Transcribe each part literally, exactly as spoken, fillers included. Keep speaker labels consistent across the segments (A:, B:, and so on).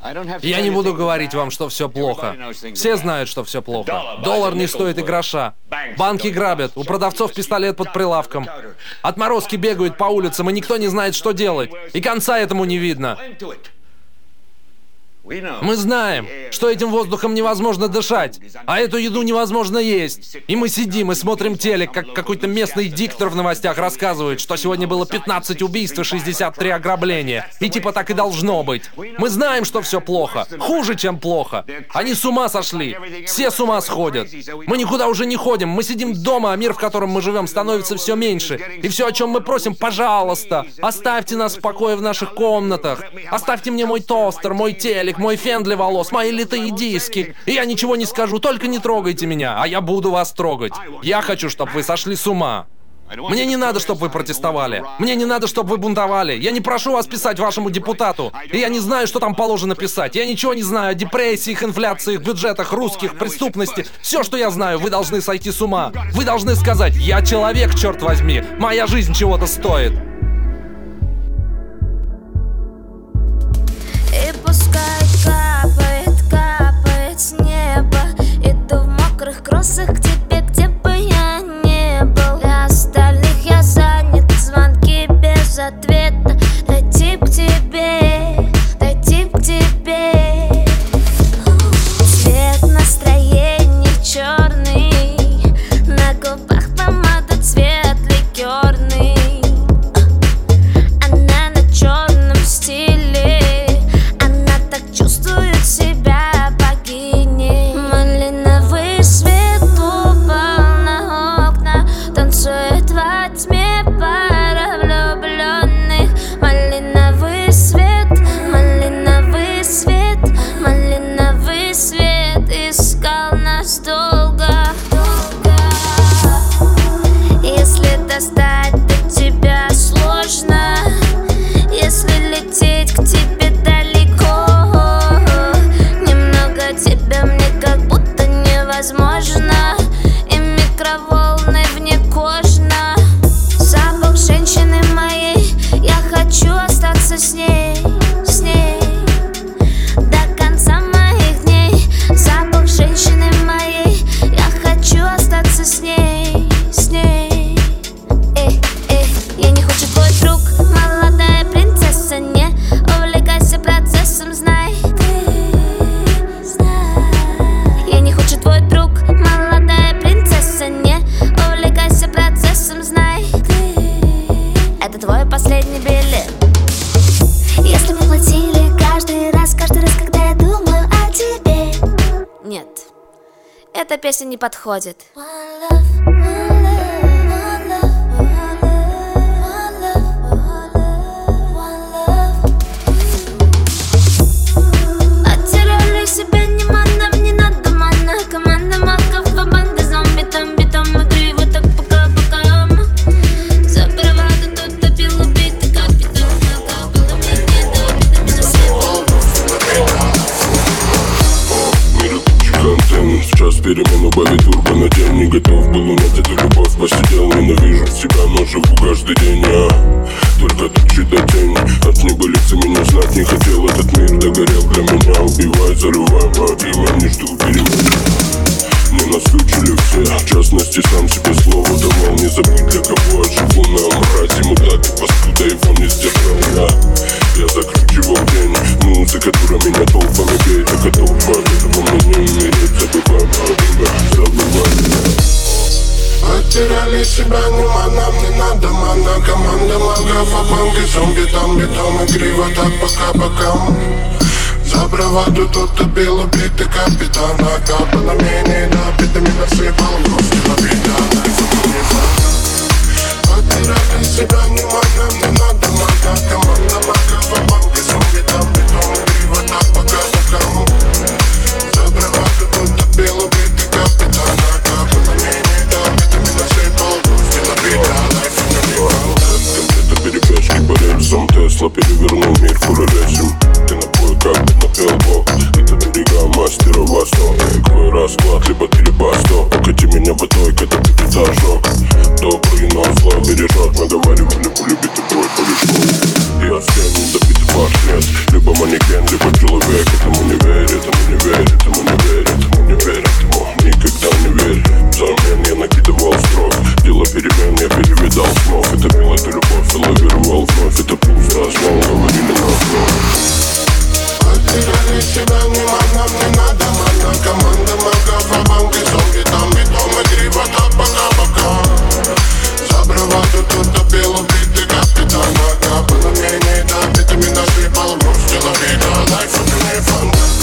A: Я не буду говорить вам, что все плохо. Все знают, что все плохо. Доллар не стоит и гроша. Банки грабят, у продавцов пистолет под прилавком. Отморозки бегают по улицам, и никто не знает, что делать. И конца этому не видно. Мы знаем, что этим воздухом невозможно дышать, а эту еду невозможно есть. И мы сидим и смотрим телек, как какой-то местный диктор в новостях рассказывает, что сегодня было пятнадцать убийств и шестьдесят три ограбления. И типа так и должно быть. Мы знаем, что все плохо. Хуже, чем плохо. Они с ума сошли. Все с ума сходят. Мы никуда уже не ходим. Мы сидим дома, а мир, в котором мы живем, становится все меньше. И все, о чем мы просим, пожалуйста, оставьте нас в покое в наших комнатах. Оставьте мне мой тостер, мой телек, мой фен для волос, мои литые диски. И я ничего не скажу, только не трогайте меня, а я буду вас трогать. Я хочу, чтобы вы сошли с ума. Мне не надо, чтобы вы протестовали. Мне не надо, чтобы вы бунтовали. Я не прошу вас писать вашему депутату. И я не знаю, что там положено писать. Я ничего не знаю о депрессиях, инфляциях, бюджетах, русских, преступности. Все, что я знаю, вы должны сойти с ума. Вы должны сказать: я человек, черт возьми. Моя жизнь чего-то стоит.
B: И пускай капает, капает с неба. Иду в мокрых кроссах к тебе, где бы я не был. Для остальных я занят, звонки без ответа. Дойти к тебе, дойти к тебе. Цвет настроения черный, на губах помада цвет ликерный. Она на черном стиле, чувствует себя богиней. Малиновый свет упал на окна, танцует во тьме пара влюбленных. Малиновый свет, малиновый свет, малиновый свет искал нас долго. Если достать до тебя сложно, если лететь к тебе далеко, тебя мне как будто невозможно. И микроволны вне кожно. Запах женщины моей, я хочу остаться с ней, с ней до конца моих дней. Запах женщины моей, я хочу остаться с ней, с ней. Эй, эй, я не хочу твой друг, молодая принцесса. Не увлекайся процессом, знай. Твой друг, молодая принцесса, не увлекайся процессом, знай. Это твой последний билет. Если мы платили каждый раз, каждый раз, когда я думаю о тебе. Нет, эта песня не подходит. Оттеряли себя, не манна, мне надо манна. Команда маков, а банда зомби, там битом, и вот так пока бокам. За браваду тут топил убитый капитан. Было мне не до меня света.
C: Мир тучи контент, сейчас перемен, убавить турбо на день. Не готов был унять эту любовь, посидел, ненавижу себя, но живу каждый день. Я только тучи до тени, от небылицы меня знать не хотел. Этот мир догорел для меня, убивай, зарывай мое имя, не жду перемен. Мне наскучили все, в частности сам себе слово давал. Не забудь, для кого я живу на мразе. Мудак и паскуда, его не сдержал я. Я закручивал день, музыка, которая меня толпами бей. Так и толпа, этого мне не умереть. Забывай мое имя, забывай меня. Потеряли себя, нема нам не надо мана. Команда магов, а банки зомби, там бетон и криво так пока бокам. За браваду тут добил убитый капитан. А капало менее напитами насыпал в гости лапита. Потеряли себя, нема нам не надо мана. Команда магов, а банки зомби, там бетон и криво так пока бокам. За браваду тут добил убитый капитан. А капало менее напитами насыпал в гости лапита. Конфеты перебежки по рельсам, Тесла перевернул мир куролесим. Ты напой как бы напел Бог. Это берега мастера Восток. Какой расклад, либо ты либо сто. Покати меня водой, когда будет ожог. Добрый, но зло бережет. Наговаривали, полюбит и бой полежу. Я стену добитый портрет. либо манекен, либо человек. Этому не верит, этому не верит, этому не верит, этому не верит, этому никогда не верит. Взамен я накидывал строк, дело перемен я перевидал снов. Это пил, это любовь, и лавировал вновь. Это пусто, снова говорили на вновь. Потеряли себя, не нам не надо, мана. Команда Макафа, банки, сонги, там и дом, и криво, так пока-пока. Забрываю тут топил убитый капитана. Было мне не добитыми наши полночь, деловито, лайф, это не фан.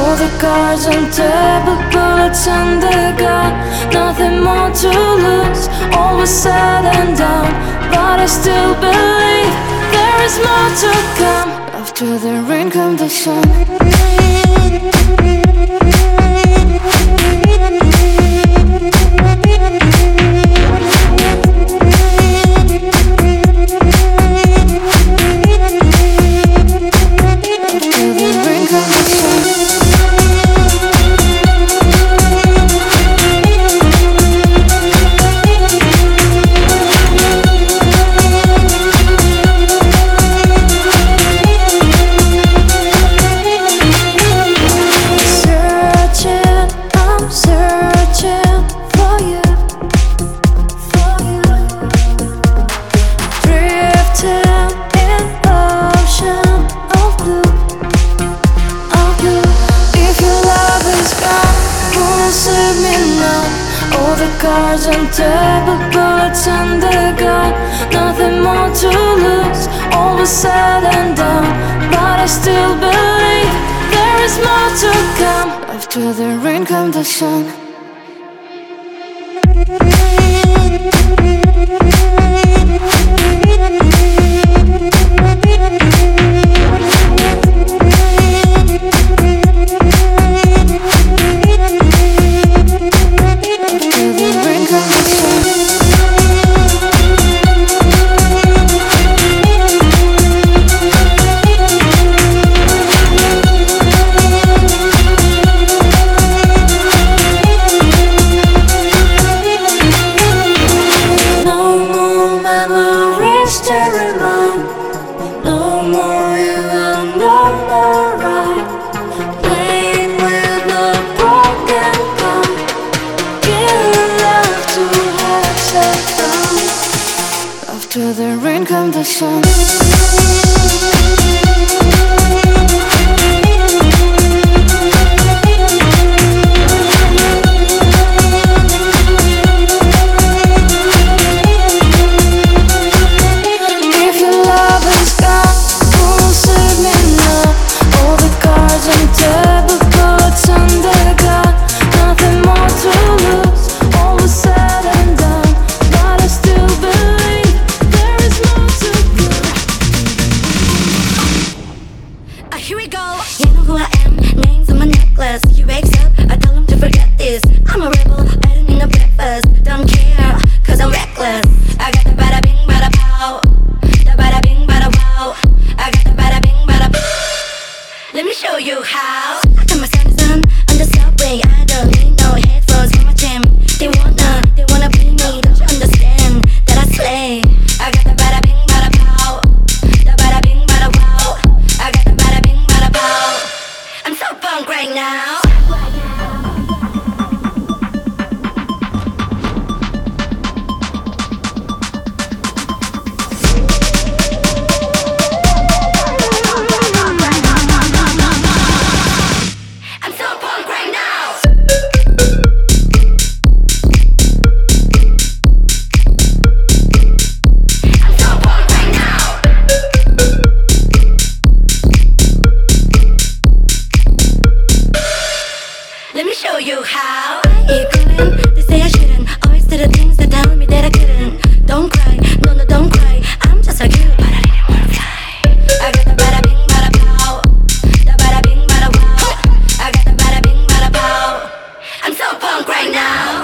B: All the cards on table, bullets in the gun. Nothing more to lose, all was said and done. But I still believe there is more to come. After the rain comes the sun. Cards on table, bullets in the gun. Nothing more to lose, all was said and done. But I still believe there is more to come. After the rain comes the sun. After the rain comes the sun.
D: Here we go. You know who I am, names on my necklace. He wakes up, I tell him to forget this. I'm a rebel, I don't need no breakfast. Don't care, cause I'm reckless. I got the bada bing, bada pow. The bada bing, bada wow. I got the bada bing, bada pow. Let me show you how. I got my Samsung on the subway. I don't need no headphones for my gym. They wanna, they wanna be me. Don't you understand that I slay? I got the bada bing, bada pow. The bada bing, bada wow. I got the bada bing, bada pow. I'm so punk right now. I'm so punk right now. I'm so punk right now. Let me show you how. I couldn't, they say I shouldn't. Always do the things that tell me that I couldn't. Don't cry, no, no, don't cry. I'm just like you, but I didn't wanna fly. I got the bada bing, bada pow. The bada bing, bada wow. I got the bada bing, bada pow. I'm so punk right now.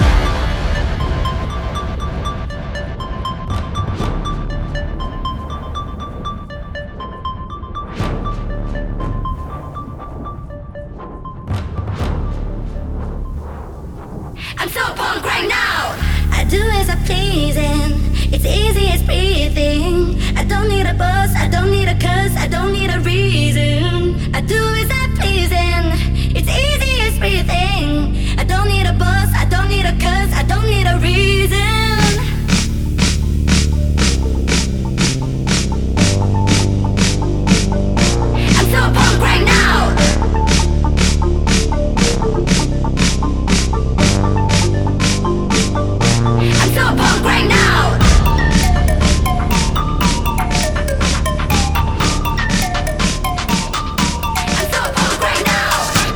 D: I'm so punk right now. I do as I please and it's easy as breathing. I don't need a buzz, I don't need a cuss, I don't need a reason. I do as I please and it's easy as breathing. I don't need a buzz, I don't need a cuss, I don't need a reason. I'm so punk right now. I'm so punk right now. I'm so punk right now.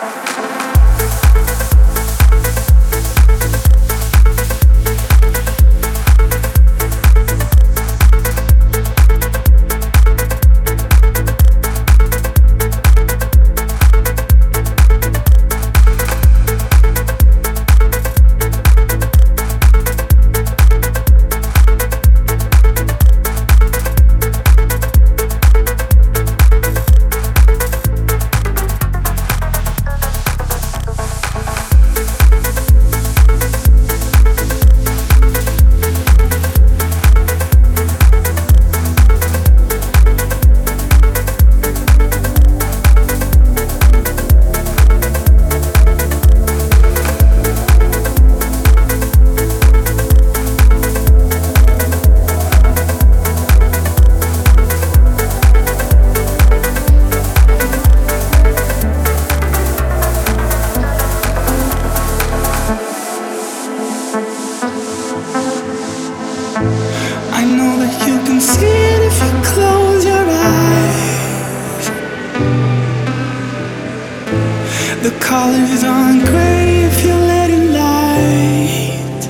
E: The colors aren't gray if you let it light.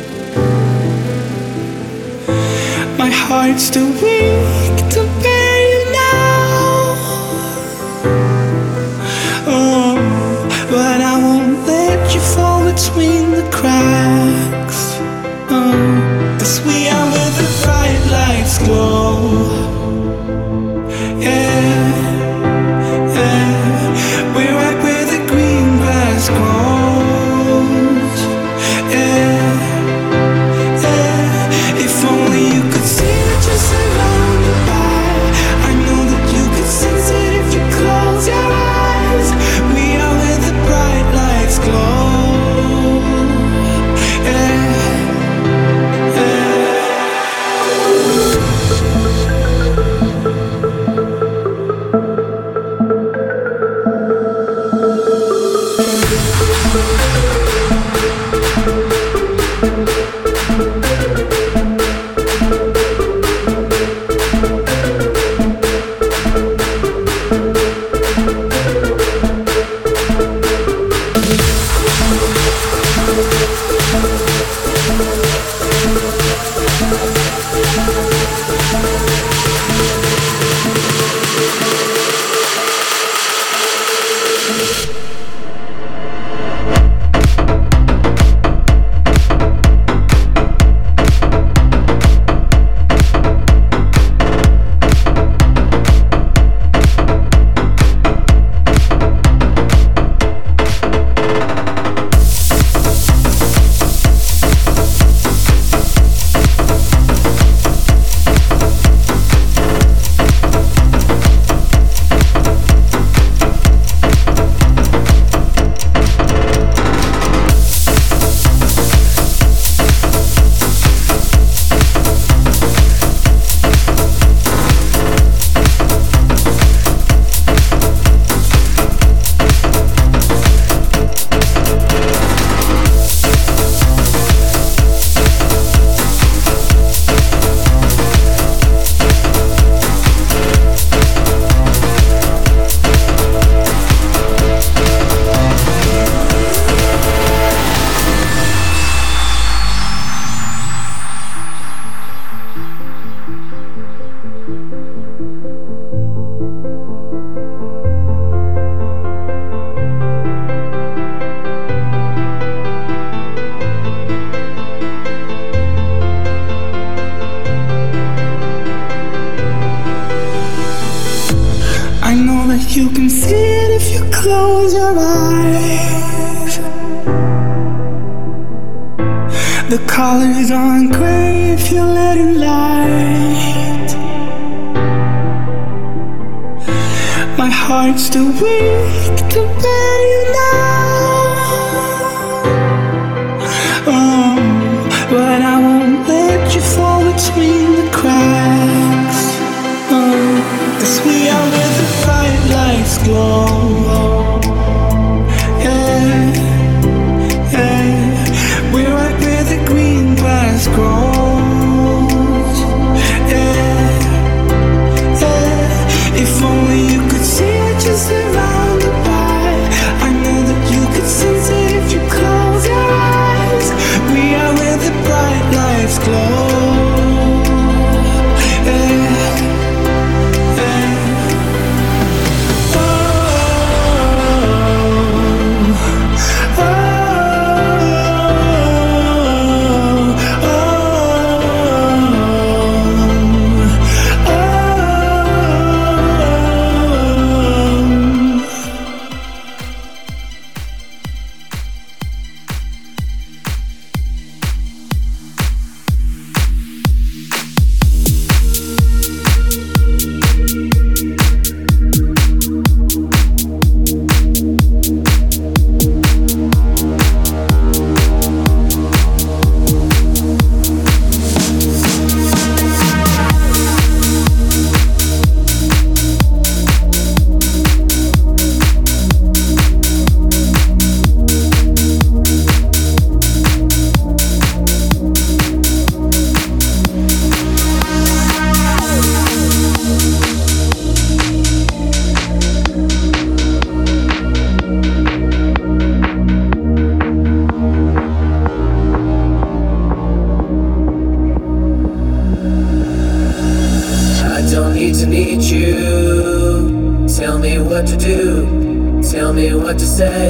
E: My heart's too weak to bear you now. Oh, but I won't let you fall between the cracks. Oh, 'cause we are where the bright lights glow. Yeah. You can see it if you close your eyes. The colors aren't gray if you let it light. My heart's too weak to bear you now. Oh, but I won't let you fall between the cracks. Oh, 'cause we are where the bright lights glow. Yeah, yeah. We're right where the green grass grows. Yeah, yeah. If only you could see what you're surrounded by. I know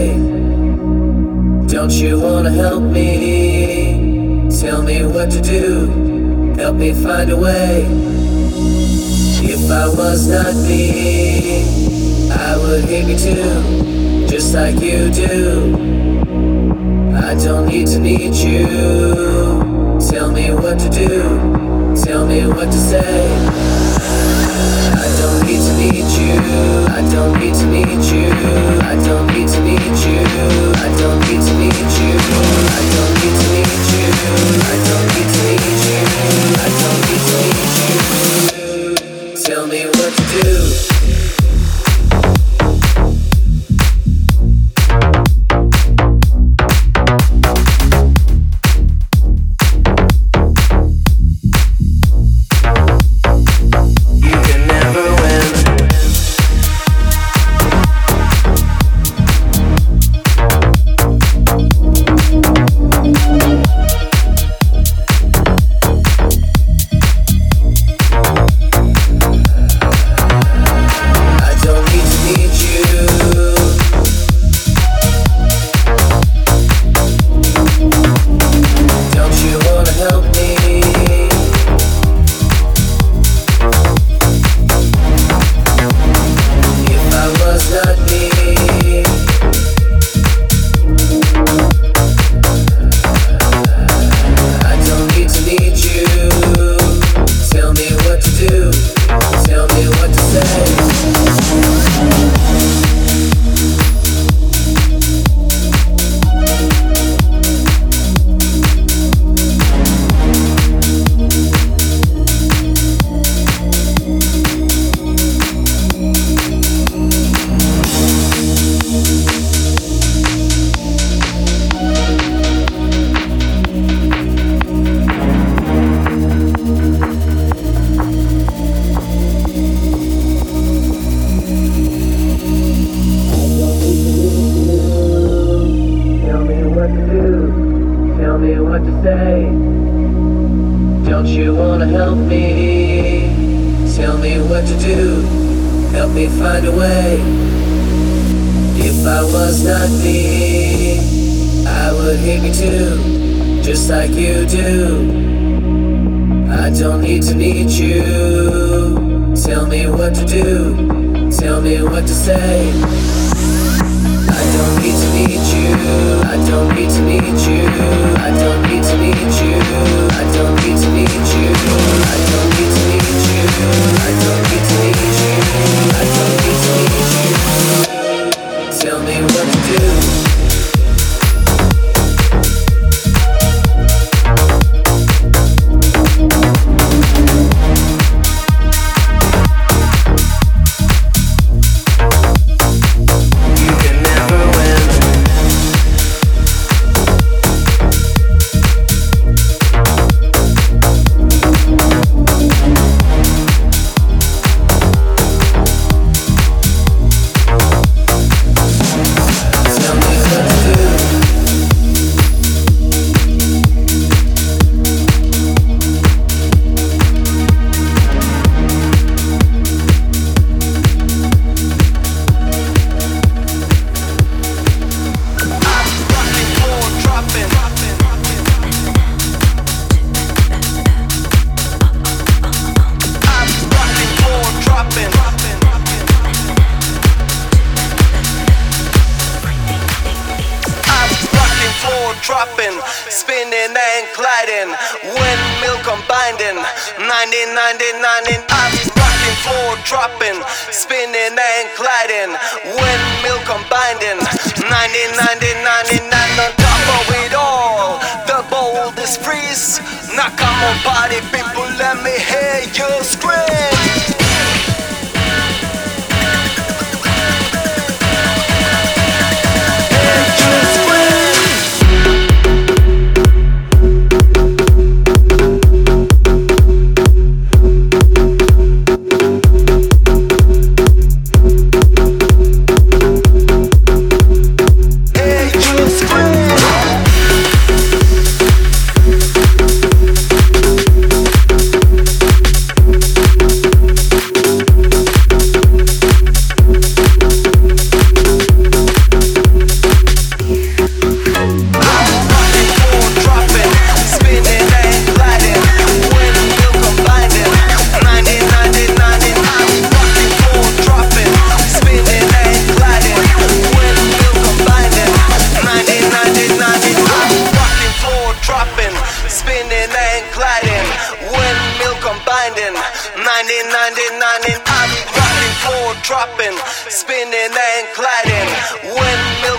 F: say? Don't you wanna help me? Tell me what to do, help me find a way. If I was not me, I would hate me too, just like you do. I don't need to need you. Tell me what to do, tell me what to say. I don't need to need you, I don't need to need you, I don't need to need you, I don't need to need you, I don't need to need you, I don't need to need you, I don't need to need you. Tell me what to do.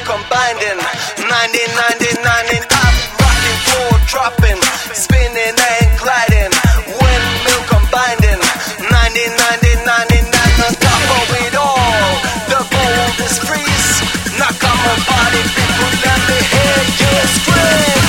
G: combining. Nineteen ninety-nine and I'm rocking, floor dropping, spinning and gliding. Windmill combining. Nineteen ninety-nine and I'm on top of it all. The gold is freeze. Now come on, party people, let me hear you scream.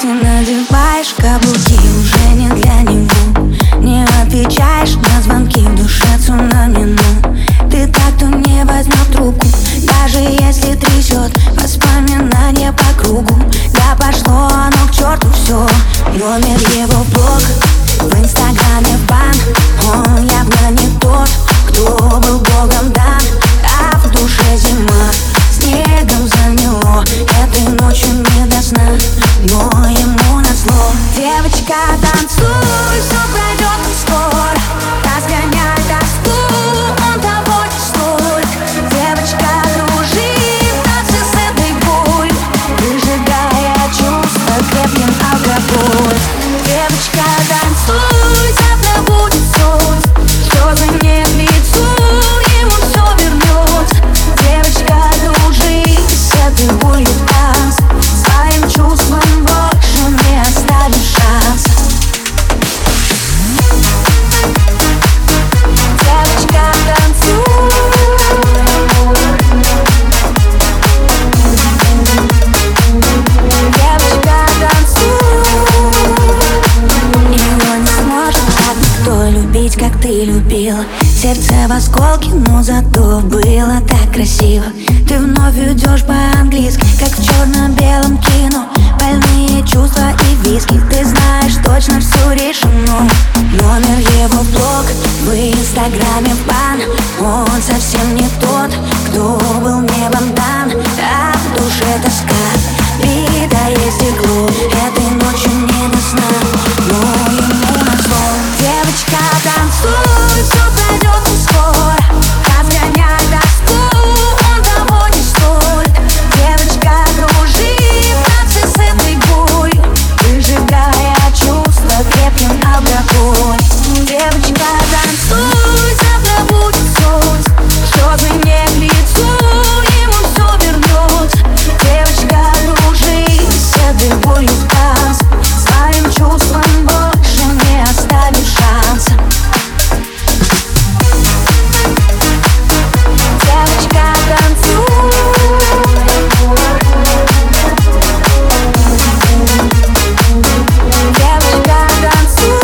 D: ты надеваешь каблуки, уже не для него. Не отвечаешь на звонки, в душе цунами, но ты так, кто не возьмет трубку, даже если трясет воспоминания по кругу. Да пошло оно к черту все, номер его в блог, в инстаграме в бан. Он явно не тот, кто был богом дан, а в душе зима, снегом замело. Этой ночью не до сна, но ему назло. Девочка, танцуй, все пройдет скоро, разгоняй тоску, он того не стоит. Девочка, дружи, танцы с этой болью, выжигая чувства крепким алкоголь. Девочка, танцуй, завтра будет солнце, слезы не к лицу, ему все вернется. Девочка, дружи с этой болью в танце, своим чувством больше не оставишь шанса. Девочка, танцуй, девочка, танцуй. Его не сможет так никто любить, как ты любила. Сердце в осколке, но зато было так красиво. Ты вновь идешь по-английски, как в черно-белом кино. Больные чувства и виски, ты знаешь, точно все решено. Номер его в блог, в инстаграме в бан. Он совсем не тот, кто был небом дан, а в душе тоска, битое стекло. Этой ночью не до сна, но ему назло. Девочка, танцуй, все пройдет скоро, разгоняй тоску, он того не стоит. Девочка, дружи, танцы с этой болью, выжигая чувства крепким алкоголь. Девочка, танцуй, завтра будет солнце, слезы не к лицу, ему все вернется. Девочка, дружи с этой болью в танце, своим чувством больше не оставишь шанса. Девочка, танцуй, девочка, танцуй.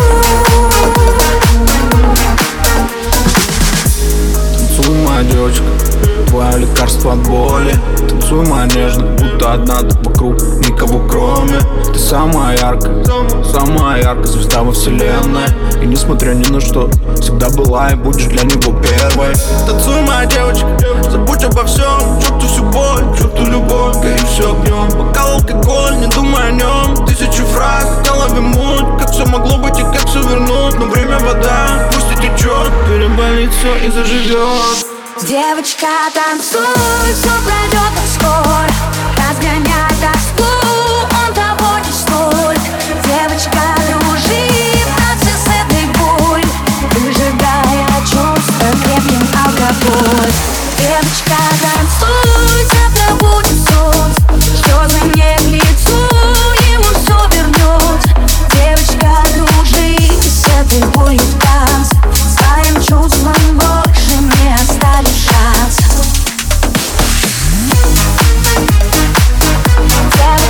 H: Танцуй, моя девочка, твое лекарство от боли. Танцуй, моя нежная, будто одна тут вокруг, никого кроме. Ты самая яркая, самая яркая звезда во вселенной. И несмотря ни на что, всегда была и будешь для него первой. Танцуй, моя девочка, забудь обо всем, чувствуй всю боль, чувствуй любовь, гори все огнем. Бокал алкоголь, не думай о нем, тысячи фраз в голове муть. Как все могло быть и как все вернуть, но время вода, пусть и течет, переболит все и заживет.
D: Девочка, танцуй, все пройдет скоро, разгоняй тоску, он того не стоит. Девочка, дружи, танцы с этой болью, выжигая чувства крепким алкоголь. Девочка, танцуй, завтра будет солнце, слезы не к лицу, ему все вернется. Девочка, дружи с этой болью в танце, своим чувством больше не оставишь шанса. Девочка,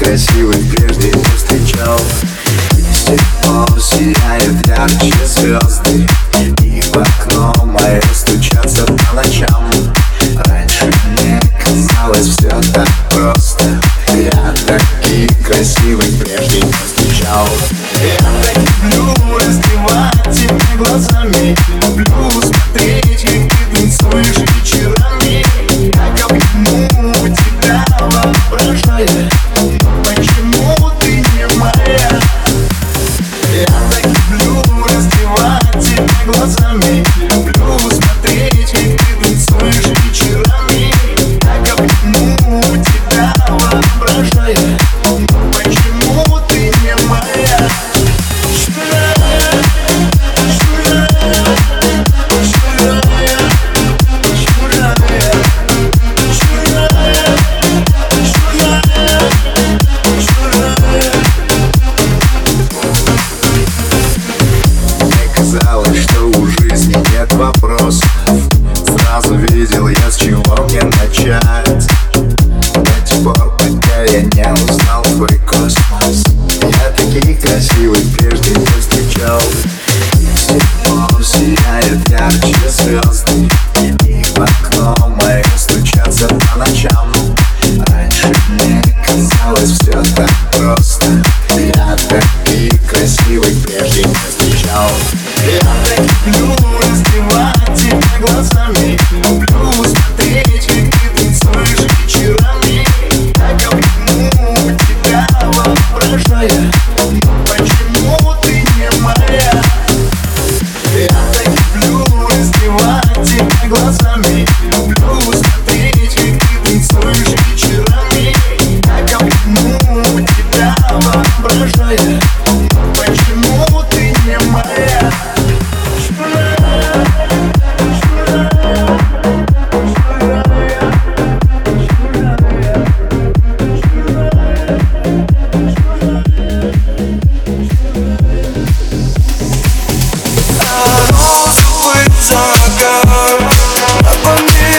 I: красивых прежде не встречал. И с тех пор сияют ярче звезды, и в окно мое стучатся по ночам. Раньше мне казалось все так просто, я таких красивых прежде не встречал. Я так люблю раздевать тебя глазами, люблю смотреть, как ты танцуешь вечерами. Я обниму тебя, воображая, почему ты не моя. Я так люблю раздевать тебя глазами, люблю смотреть, как ты танцуешь вечерами. Я обниму тебя, воображая, почему ты не моя. Казалось, что у жизни нет вопросов, сразу видел я, с чего мне начать. До тех пор, пока я не узнал твой космос, я таких красивых прежде не встречал. И с тех пор сияют ярче звезды, и в окно мое стучатся по ночам. Раньше мне казалось все так просто, я таких красивых прежде не встречал. Я так люблю раздевать тебя глазами, люблю смотреть, как ты танцуешь вечерами. Так обниму тебя, воображая, почему ты не моя. Я так люблю раздевать тебя глазами, люблю смотреть, как ты танцуешь вечерами. Так обниму тебя, воображая, почему ты не моя.
E: Розовый загар, напомни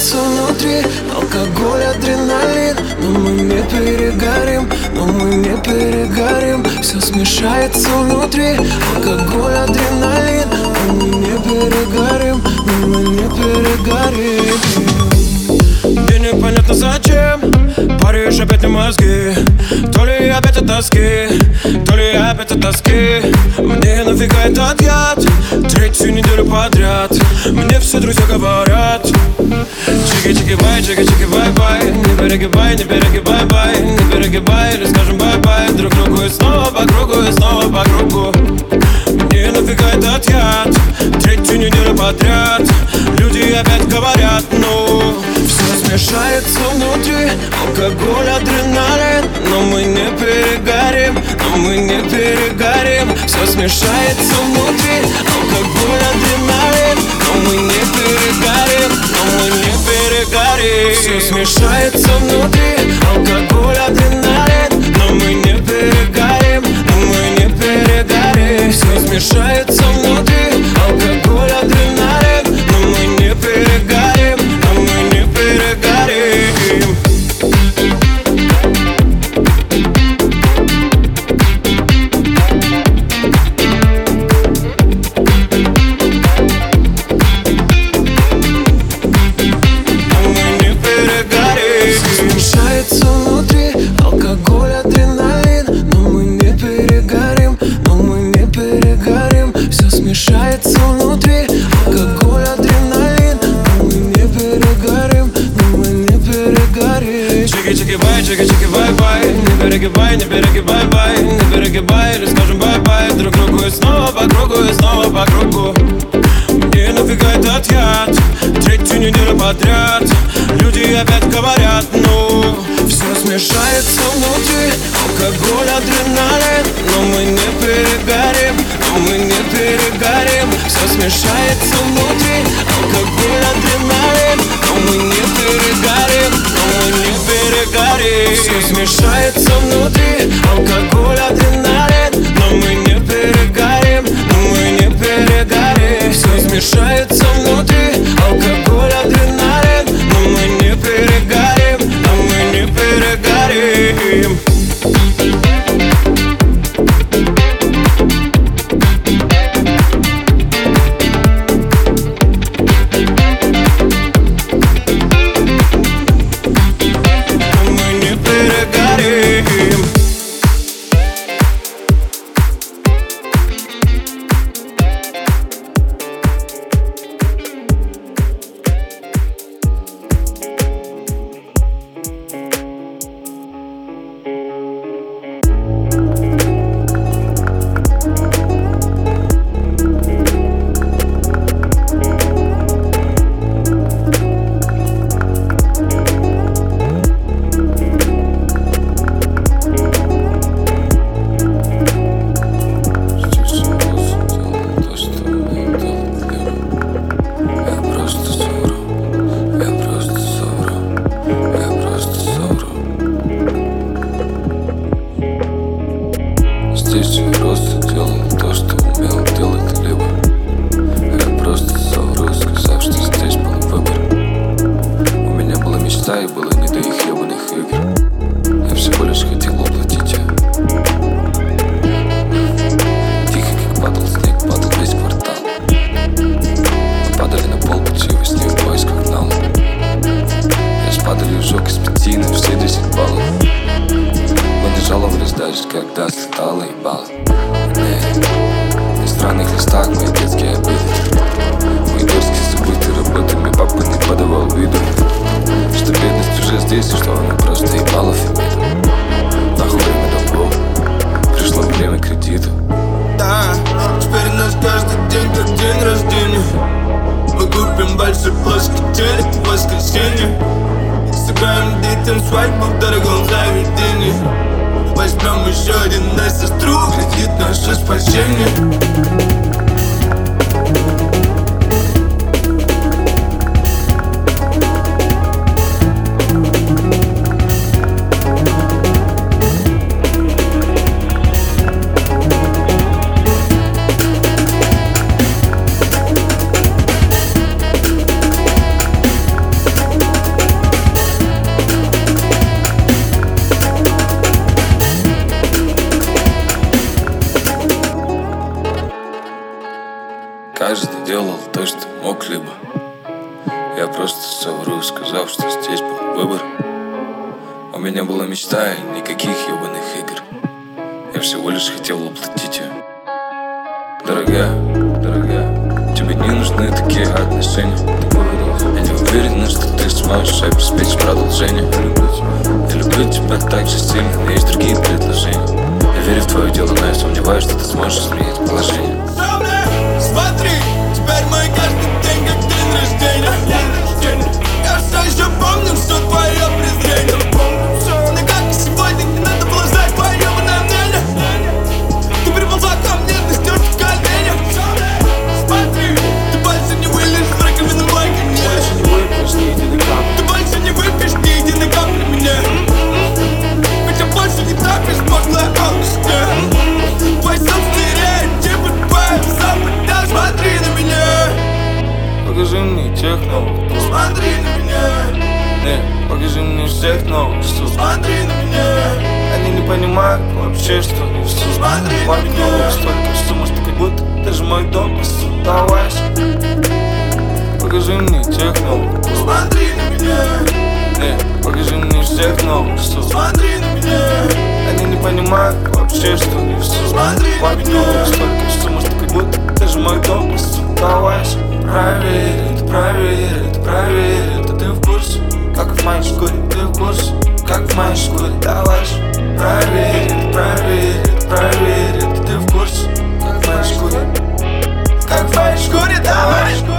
E: смешается внутри алкоголь, адреналин. Но мы не перегорим, но мы не перегорим. Все смешается внутри алкоголь, адреналин. Но мы не перегорим, но мы не перегорим. Мне непонятно зачем паришь опять на мозги. То ли опять от тоски, то ли опять от тоски. Мне нафига этот яд третью неделю подряд. Мне все друзья говорят: чики-чики-бай, чики-чики-бай-бай. Не перегибай, не перегибай-бай, не перегибай, или скажем бай-бай друг другу. И снова по кругу, и снова по кругу. Мне нафига этот яд третью неделю подряд. Люди опять говорят: ну, все смешается внутри алкоголь, адреналин. Но мы не перегорим, но мы не перегорим. Все смешается внутри алкоголь, адреналин. Но мы не перегорим, но мы не перегорим. Все смешается внутри алкоголь, адреналин. Но мы не перегорим, но мы не перегорим. Все смешается внутри алкоголь, адреналин. Но мы не перегорим, но мы не перегорим. Смешается внутри алкоголь, адреналин. Но мы не перегорим, но мы не перегорим. Все смешается внутри алкоголь, адреналин. Но мы не перегорим, но мы не перегорим. Чики-чики-бай, чики-чики-бай-бай. Не перегибай, не перегибай-бай, не перегибай, или скажем бай-бай друг другу. И снова по кругу, и снова по кругу. Мне нафига этот яд третью неделю подряд. Люди опять говорят: ну, все смешается внутри алкоголь, адреналин. Но мы не перегорим, но мы не перегорим. Все смешается внутри алкоголь, адреналин. Но мы не перегорим, но мы не перегорим. Все смешается внутри алкоголь, адреналин. Но мы не перегорим, но мы не перегорим. Все смешается внутри алкоголь, адреналин. Но мы не перегорим, но мы не перегорим.
H: каждый делал то, что мог либо. Я просто совру, сказав, что здесь был выбор. У меня была мечта и никаких ебаных игр. Я всего лишь хотел воплотить ее. Дорогая, дорогая, тебе не нужны такие отношения. Я не уверен, что ты сможешь обеспечить продолжение. Я люблю тебя так же сильно, но есть другие предложения. Я верю в твое дело, но я сомневаюсь, что ты сможешь изменить положение.
E: Смотри, теперь мой каждый день как день рождения. Я все еще помню все твое презрение. Но как и сегодня не надо было ждать твое ебаное мнение. Ты приползла ко мне, ты ждешь в коленях. Смотри, ты больше не вылезешь в раковину лайка мне. Ты больше не выпьешь ни единой капли мне. Ведь я больше не так, лишь пошлая алчность. Твой собственный стереотипы, твоя запад, смотри на меня.
H: Покажи мне тех новых,
E: смотри на меня.
H: Не, покажи мне всех новых, что
E: смотри на меня.
H: Они не понимают вообще, что не все.
E: Смотри на меня.
H: Столько сумм, что как будто даже мой дом посудовась. Покажи мне тех новых,
E: смотри на меня.
H: Не, покажи мне всех новых, что
E: смотри на меня.
H: Они не понимают вообще, что не все.
E: Смотри на меня.
H: Столько сумм, что как будто даже мой дом посудовась. Проверь это, проверь это, проверь это. Ты в курсе, как в моей шкуре, ты в курсе, как в моей шкуре, давай же. Проверь это, проверь это, проверь это. Ты в курсе, как в моей шкуре, как в моей шкуре, давай же.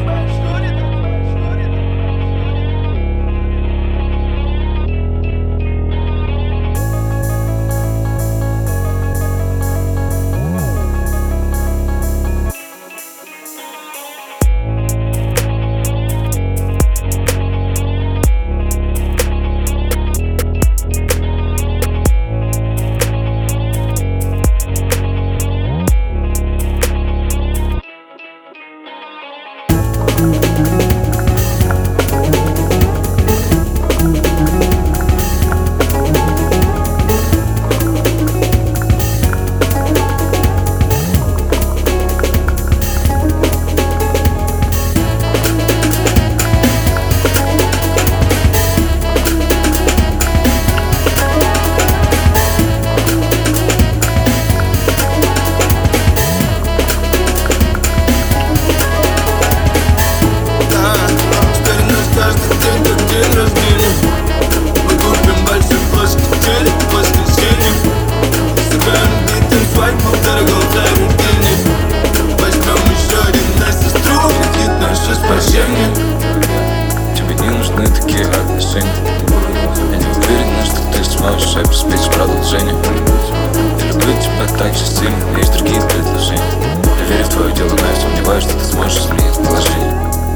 H: Тебе не нужны такие отношения. Я не уверен, что ты сможешь обеспечить продолжение. Я люблю тебя так же сильно, но есть другие предложения. Я верю в твое дело, но я сомневаюсь, что ты сможешь изменить положение.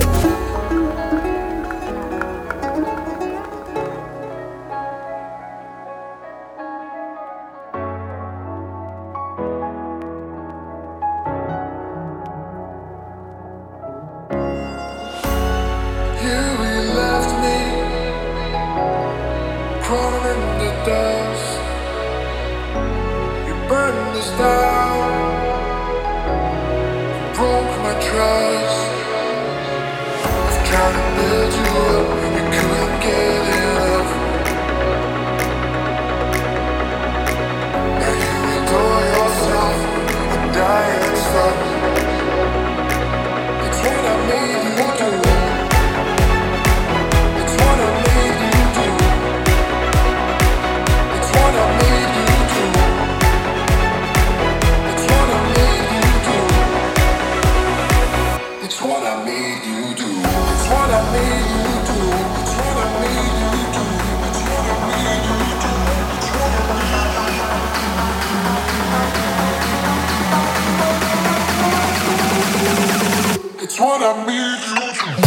E: It's what I made you do.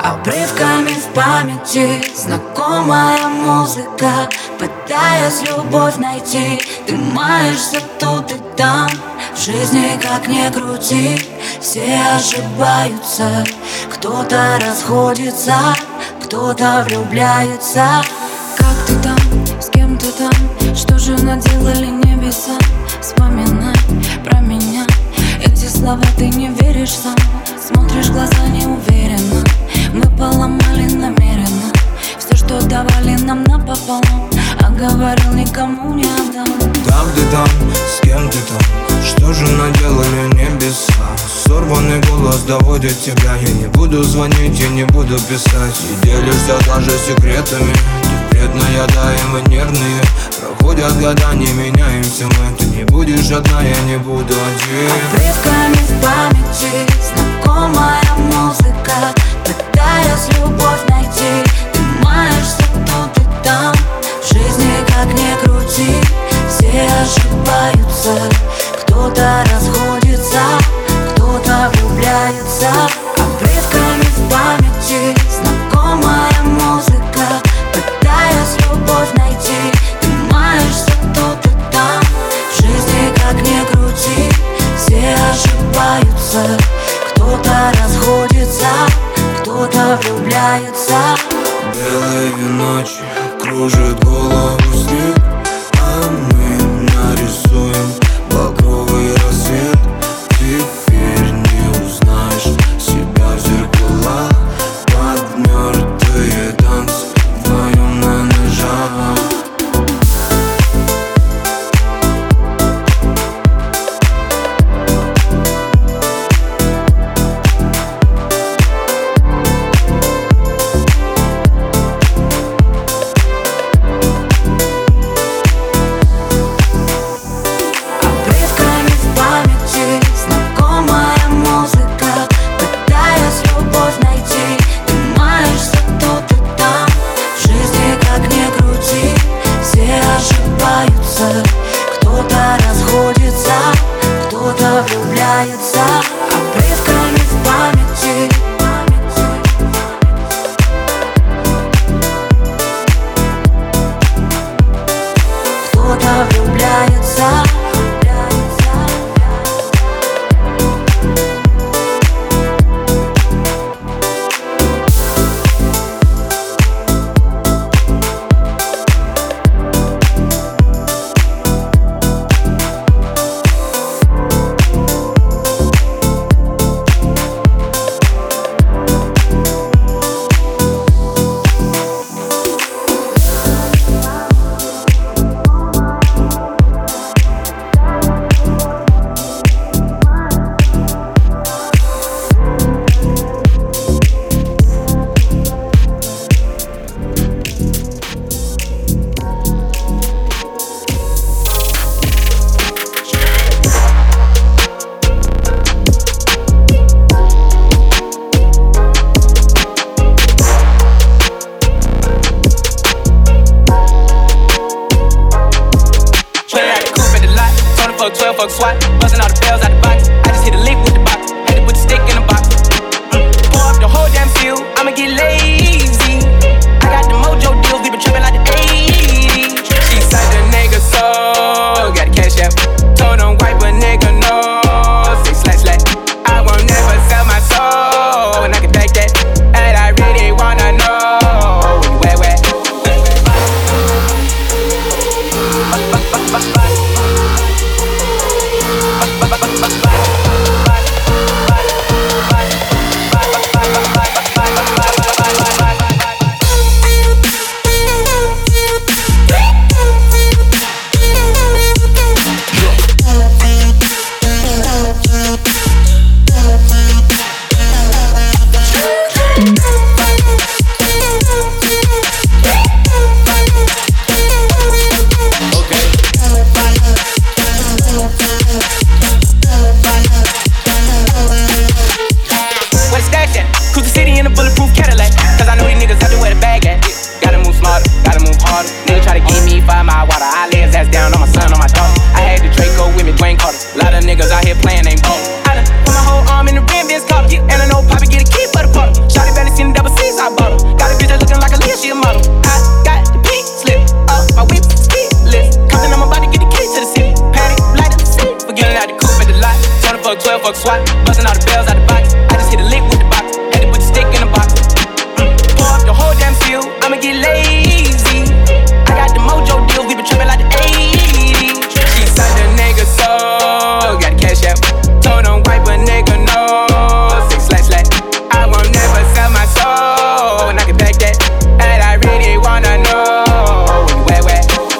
D: Обрывками в памяти знакомая музыка. Пытаясь любовь найти, ты маешься тут и там. В жизни как ни крути, все ошибаются. Кто-то расходится, кто-то влюбляется. Как ты там, с кем ты там, что же наделали небеса? Вспоминай про меня, эти слова ты не веришь сам. Смотришь в глаза неуверенно, мы поломали намеренно все, что давали нам напополам, а говорил, никому не отдам.
J: Там ты там, с кем ты там, что же наделали небеса? Сорванный голос доводит тебя. Я не буду звонить, я не буду писать. И делишься даже секретами. Ты вредная, да, и мы нервные. Проходят года, не меняемся мы. Ты не будешь одна, я не буду один.
D: Обрывками в памяти знакомая музыка. Пытаясь любовь найти, ты маешься тут и там. В жизни как ни крути, все ошибаются. Кто-то расходится, кто-то влюбляется. Обрывками в памяти знакомая музыка. Пытаясь любовь найти, ты маешься тут и там. В жизни как ни крути, все ошибаются. Кто-то расходится, кто-то влюбляется.
J: Белые ночи кружит голову снег, а мы нарисуем багровый рассвет. Теперь не узнаешь себя в зеркалах. Под мертвые танцы вдвоем на ножах.
D: Кто-то расходится, кто-то влюбляется. Обрывками в памяти. Кто-то влюбляется.
K: twelve fuck SWAT, busting all the bells out the box. I just hit a lick with the box, had to put the stick in the box. Mm. Pour up the whole damn field, I'ma get lazy. I got the mojo deals, we been tripping like the eighties. She said the nigga so, got the cash out. Told him wipe a nigga no, say slash slash. I won't never sell my soul, and I can back that. And I really wanna know, where, where? Playing ain't both. I done put my whole arm in the rim, it's caught. And I know Poppy get a key for the bottle. Shawty barely seen the double C. she a model. I got the pink slip, up my whip, speed list. Compton, I'm about to get the key to the city. Patty, light up the seat, forgetting out the coupe at the lot. Tony fuck twelve, fuck SWAT, busting all the bells out the box. I just hit a lick with the box, had to put the stick in the box. Mm. Pour up the whole damn field, I'ma get lazy. I got the mojo deal, we been tripping like the eighties. She suck the nigga so, got the cash out. Told him wipe a nigga no, six slash slash. I won't never sell my soul, and I can back that. And I really wanna know, where, where?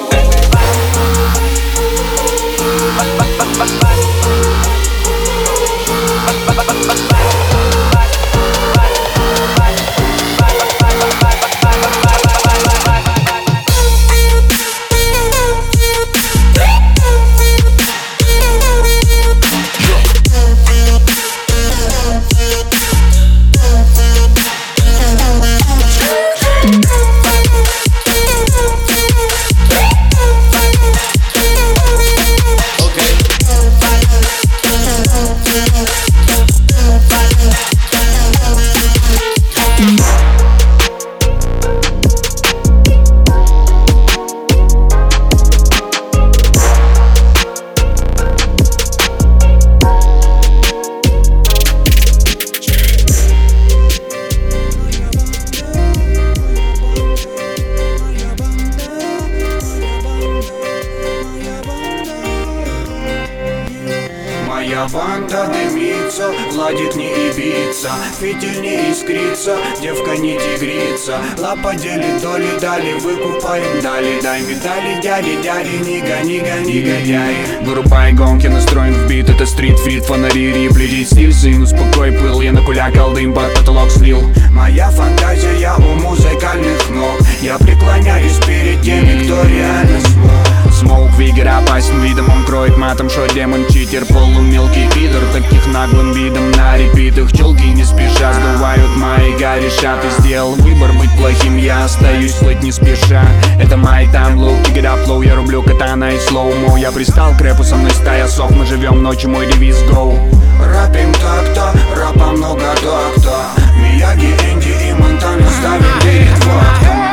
H: Банда дымится, ладит не ибица, фитиль не искрится, девка не тигрица. Лапа делит доли, дали, выкупаем, дали. Дай медали, дяди, дяди, не гони, гони, негодяй. Вырубай гонки, настроен в бит, это стрит-фит, фонари, рипли, стиль. Сын, успокой пыл, я на куля колдым под потолок слил. Моя фантазия у музыкальных ног, я преклоняюсь перед теми, кто реально смог. Смоук Вигер опасен видом, он кроет матом, шо демон читер, полумелкий пидор. Таких наглым видом на репитах челки не спеша сдувают мои горешат. Ты сделал выбор быть плохим, я остаюсь слыть не спеша. Это my time low, pick it up low, я рублю катана и слоумо. Я пристал к рэпу, со мной стая сов, мы живем ночью, мой девиз go. Рэпим так-то, рэпа много так-то. Мияги, Энди и Монтана ставим бит водка.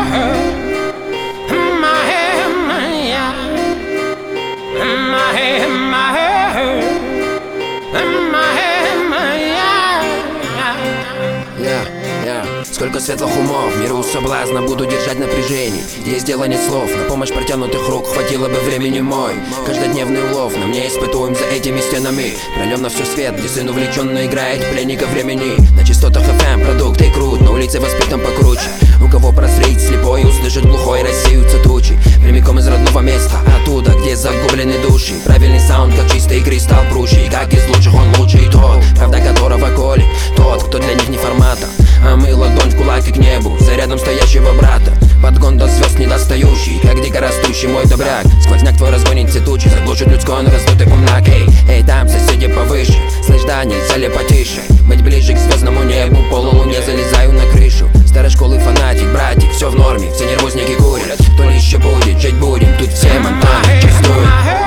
L: Сколько светлых умов, миру соблазна, буду держать напряжение. Есть дело нет слов, на помощь протянутых рук хватило бы времени мой. Каждодневный улов, на мне испытуем за этими стенами. Пролем на все свет, где сын увлеченно играет пленника времени. На частотах эф эм продукты крут, на улице воспитан покруче. У кого прозреть слепой, услышать глухой, рассеются тучи. Прямиком из родного места, оттуда, где загублены души. Правильный саунд, как чистый кристалл прущий. Как из лучших он лучший тот, правда которого колет тот, кто для них не формата. А мы ладонь в кулак и к небу, за рядом стоящего брата. Подгон до звезд недостающий, как дикорастущий мой добряк. Сквозняк твой разгонит все тучи, заглушит людской, но раздутый помнак. Эй, эй, там соседи повыше, слышь, да, нельзя ли потише? Быть ближе к звездному небу, полулуне залезаю на крышу. Старой школы фанатик, братик, все в норме, все нервозники курят. То ли еще будет, жить будем, тут все монтаны чувствуют.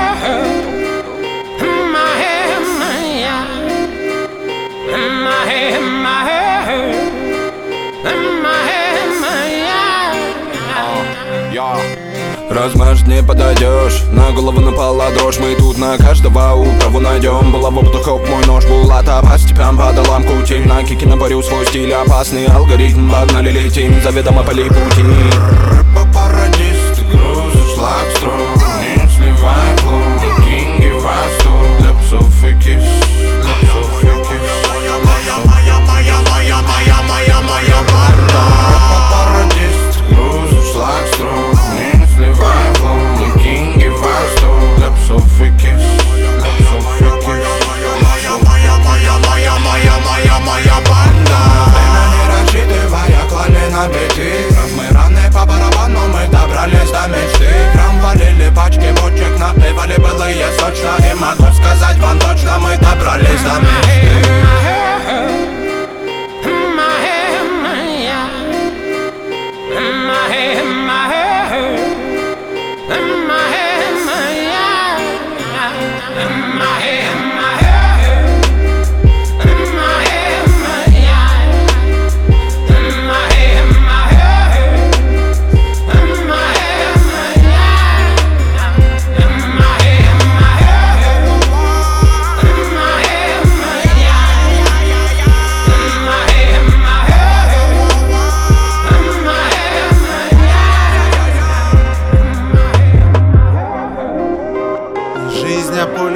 J: Размажь не подойдешь, на голову напала дрожь. Мы тут на каждого утрову найдем. Было в обдухов мой нож, булата по степям по долам кутим. На кике наборю свой стиль, опасный алгоритм. Погнали, летим, заведомо поли пути. Рэпа-парадист, ты грузишь флаг строк. Не сливай флоу, кинги фасту. Для псов и кис, для псов и кис. Моя, моя, моя, моя, моя, моя, моя банда. Рэпа-парадист, ты грузишь флаг строк. Моя банда. Время не рассчитывая, клали на беты. Мы раны по барабану.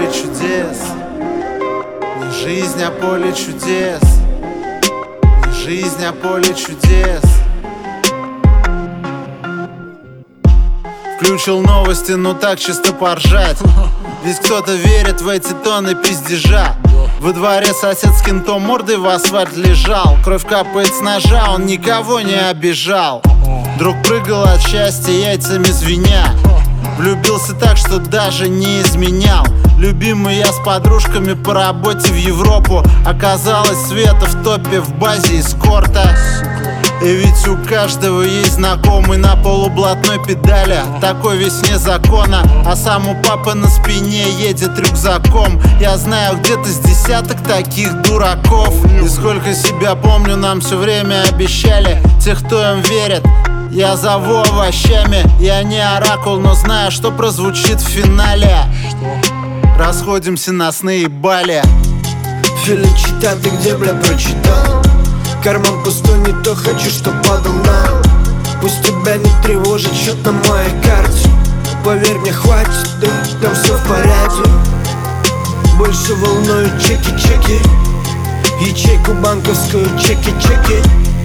M: чудес. Не жизнь, а поле чудес. Не жизнь, а поле чудес. Включил новости, ну так чисто поржать. Ведь кто-то верит в эти тонны пиздежа. Во дворе сосед с кентом мордой в асфальт лежал. Кровь капает с ножа, он никого не обижал. Друг прыгал от счастья, яйцами звеня. Влюбился так, что даже не изменял. Любимый я с подружками по работе в Европу. Оказалось, Света в топе в базе эскорта. И ведь у каждого есть знакомый на полублатной педали. Такой весь вне закона, а сам у папы на спине едет рюкзаком. Я знаю где-то с десяток таких дураков. И сколько себя помню, нам все время обещали тех, кто им верит. Я зову овощами, я не оракул, но знаю, что прозвучит в финале. Расходимся на сны и бали.
E: Феличита, ты где, бля, прочитал? Карман пустой, не то хочу, чтоб падал на. Пусть тебя не тревожит счет на моей карте. Поверь мне, хватит, да, там все в порядке. Больше волнуют чеки-чеки, ячейку банковскую, чеки-чеки.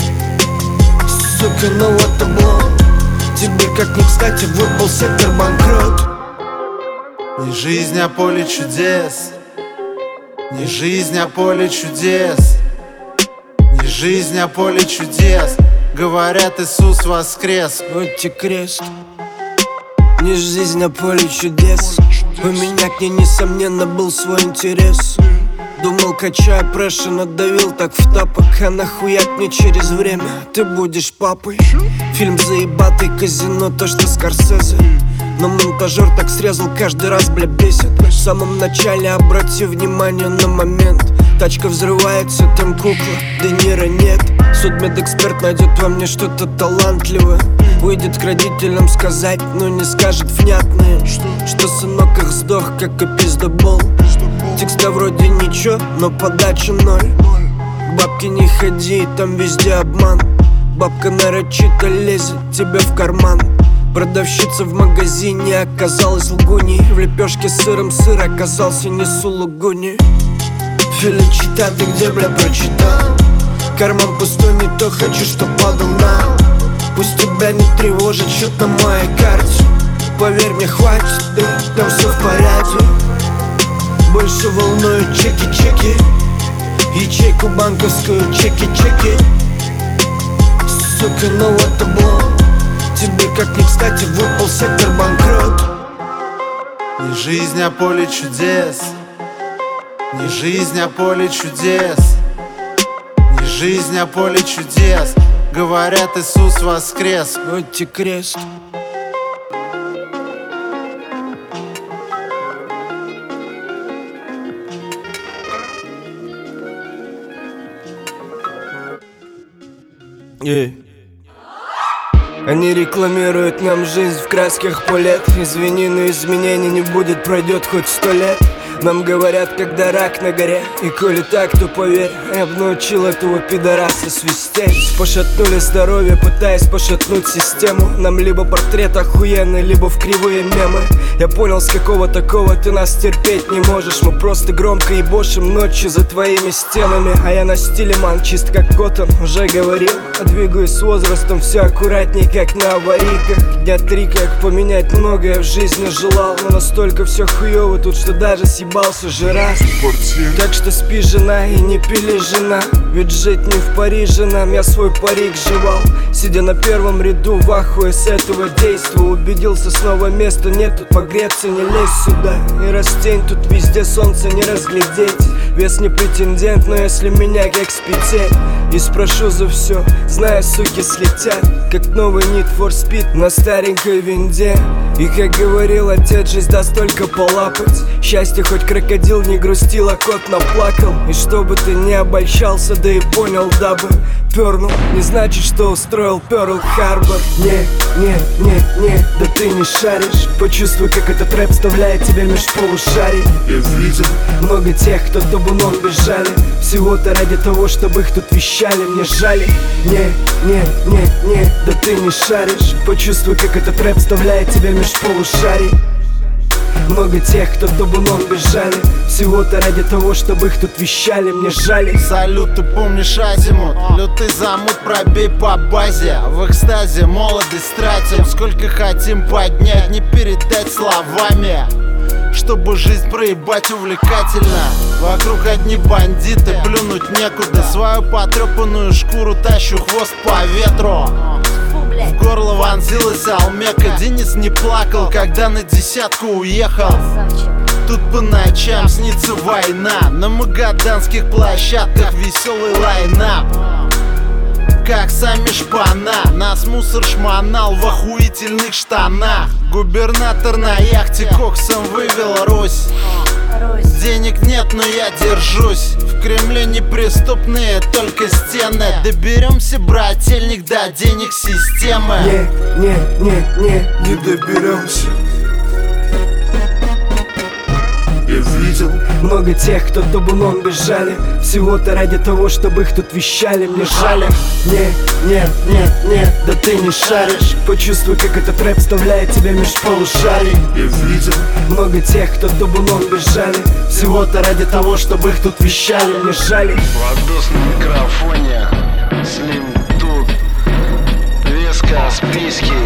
E: Сука, ну вот табло. Тебе как ни кстати выпал сектор банкрот.
M: Не жизнь, а поле чудес. Не жизнь, а поле чудес. Не жизнь, а поле чудес. Говорят, Иисус воскрес.
E: Вот тебе крест. Не жизнь, а поле чудес. У меня к ней, несомненно, был свой интерес. Думал, качая прэша, надавил так в тапок. А нахуяк мне через время ты будешь папой. Фильм заебатый, казино, то что Скорсезе. Но монтажер так срезал, каждый раз, бля, бесит. В самом начале обрати внимание на момент. Тачка взрывается, там кукла, Де Ниро нет. Судмедэксперт найдет во мне что-то талантливое. Выйдет к родителям сказать, но не скажет внятное. Что сынок их сдох, как и пиздобол. Текста вроде ничего, но подача ноль. К бабке не ходи, там везде обман. Бабка нарочито лезет тебе в карман. Продавщица в магазине оказалась лгуней. В лепешке с сыром сыр оказался не сулугуни. Феличита, ты где, бля, прочитал? Карман пустой, не то хочу, чтоб падал на. Пусть тебя не тревожит счет на моей карте. Поверь мне, хватит, да, там все в порядке. Больше волнуют чеки-чеки, ячейку банковскую, чеки-чеки. Сука, ну вот табло. Тебе как ни кстати выпал сектор банкрот.
M: Не жизнь, а поле чудес. Не жизнь, а поле чудес. Не жизнь, а поле чудес. Говорят, Иисус воскрес.
E: Вот тебе крест. Yeah. Они рекламируют нам жизнь в красках палет. Извини, но изменений не будет, пройдет хоть сто лет. Нам говорят, когда рак на горе. И коли так, то поверь, я б научил этого пидораса свистеть. Пошатнули здоровье, пытаясь пошатнуть систему. Нам либо портрет охуенный, либо в кривые мемы. Я понял, с какого такого ты нас терпеть не можешь. Мы просто громко ебошим ночью за твоими стенами. А я на стиле ман, чист как Готэм, уже говорил. А двигаюсь с возрастом все аккуратней, как на аварийках. Дня три, как поменять многое в жизни желал. Но настолько все хуёво тут, что даже съебался же раз. Так что спи, жена, и не пили, жена. Ведь жить не в Париже нам, я свой парик жевал. Сидя на первом ряду в ахуе с этого действа. Убедился, снова места нету, погреться не лезь сюда. И растень тут везде, солнце не разглядеть. Вес не претендент, но если меня как спитеть и спрошу за все, зная, суки слетят. Как новый Need for Speed на старенькой винде. И как говорил отец, жизнь даст только полапать. Счастье хоть крокодил не грустил, а кот наплакал. И чтобы ты не обольщался, да и понял, дабы пернул, не значит, что устроил Перл Харбор. Не, не, не, не, да ты не шаришь. Почувствуй, как этот рэп вставляет тебя меж полушарий.
C: Я видел
E: много тех, кто табуном бежали. Всего-то ради того, чтобы их тут вещали. Мне жали. Не, не, не, не, да ты не шаришь. Почувствуй, как этот рэп вставляет тебя меж полушарий.
N: Много тех, кто табуном бежали, всего-то ради того, чтобы их тут вещали. Мне жаль.
M: Салют, ты помнишь азимут? Лютый замут, пробей по базе. В экстазе молодость тратим. Сколько хотим поднять, не передать словами. Чтобы жизнь проебать увлекательно. Вокруг одни бандиты, плюнуть некуда. Свою потрепанную шкуру тащу хвост по ветру. В горло вонзилась Алмека. Денис не плакал, когда на десятку уехал. Тут по ночам снится война. На магаданских площадках веселый лайнап. Как сами шпана. Нас мусор шмонал в охуительных штанах. Губернатор на яхте коксом вывел Русь. Денег нет, но я держусь. В Кремле неприступные только стены. Доберемся, брательник, до денег системы.
N: Не, не, не, не,
C: не доберемся.
N: Я видел много тех, кто табуном бежали, всего-то ради того, чтобы их тут вещали. Мне жаль. Не, нет, нет, нет, да ты не шаришь. Почувствуй, как этот рэп вставляет тебя меж полушарий.
C: Я видел
N: много тех, кто табуном бежали, всего-то ради того, чтобы их тут вещали. Мне жаль.
O: Владос на микрофоне, Слим тут, Веска, списки.